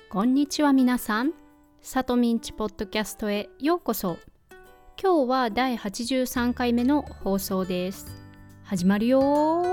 こんにちは皆さん、さとみんちポッドキャストへようこそ。今日は第83回目の放送です。始まるよ。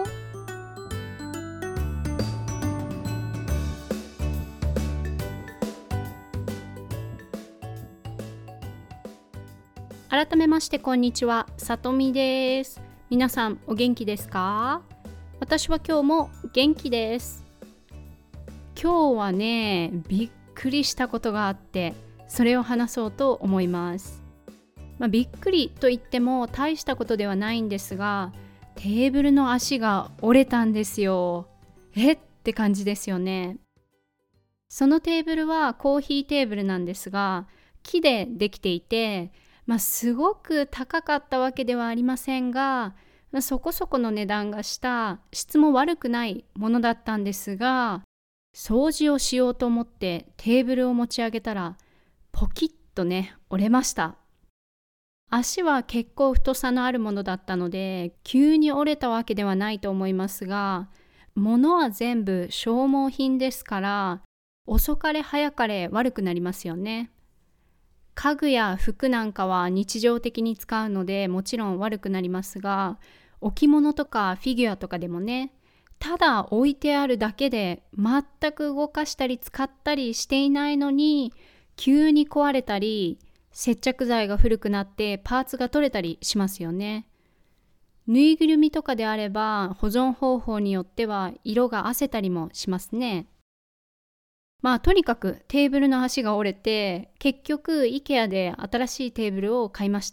改めましてこんにちは、さとみです。皆さんお元気ですか？私は今日も元気です。今日はね、びっくりしたことがあって、それを話そうと思います。びっくりと言っても大したことではないんですが、テーブルの足が折れたんですよ。って感じですよね。そのテーブルはコーヒーテーブルなんですが、木でできていて、すごく高かったわけではありませんが、そこそこの値段がした質も悪くないものだったんですが、掃除をしようと思ってテーブルを持ち上げたらポキッとね、折れました。足は結構太さのあるものだったので急に折れたわけではないと思いますが、物は全部消耗品ですから遅かれ早かれ悪くなりますよね。家具や服なんかは日常的に使うのでもちろん悪くなりますが、置物とかフィギュアとかでもね、ただ置いてあるだけで全く動かしたり使ったりしていないのに急に壊れたり接着剤が古くなってパーツが取れたりしますよね。ぬいぐるみとかであれば保存方法によっては色が褪せたりもしますね。とにかくテーブルの足が折れて結局 IKEA で新しいテーブルを買いました。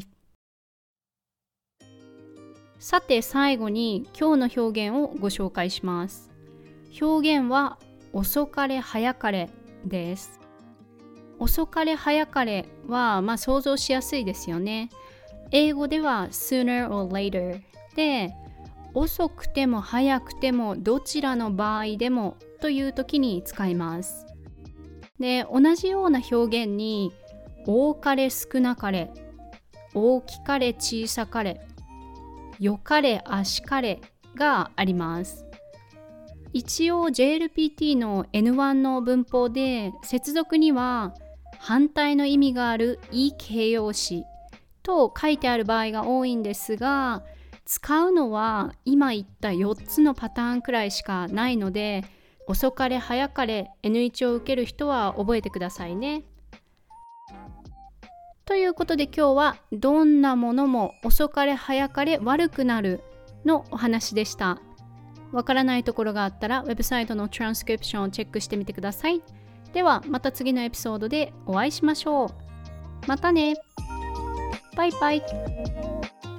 さて最後に今日の表現をご紹介します。表現は遅かれ早かれです。遅かれ早かれは想像しやすいですよね。英語では sooner or later で、遅くても早くてもどちらの場合でもという時に使います。で、同じような表現に多かれ少なかれ、大きかれ小さかれ、よかれあしかれがあります。一応 JLPT の N1 の文法で接続には反対の意味があるい形容詞と書いてある場合が多いんですが、使うのは今言った4つのパターンくらいしかないので、遅かれ早かれ N1 を受ける人は覚えてくださいね。ということで今日はどんなものも遅かれ早かれ悪くなるのお話でした。わからないところがあったらウェブサイトのトランスクリプションをチェックしてみてください。ではまた次のエピソードでお会いしましょう。またね。バイバイ。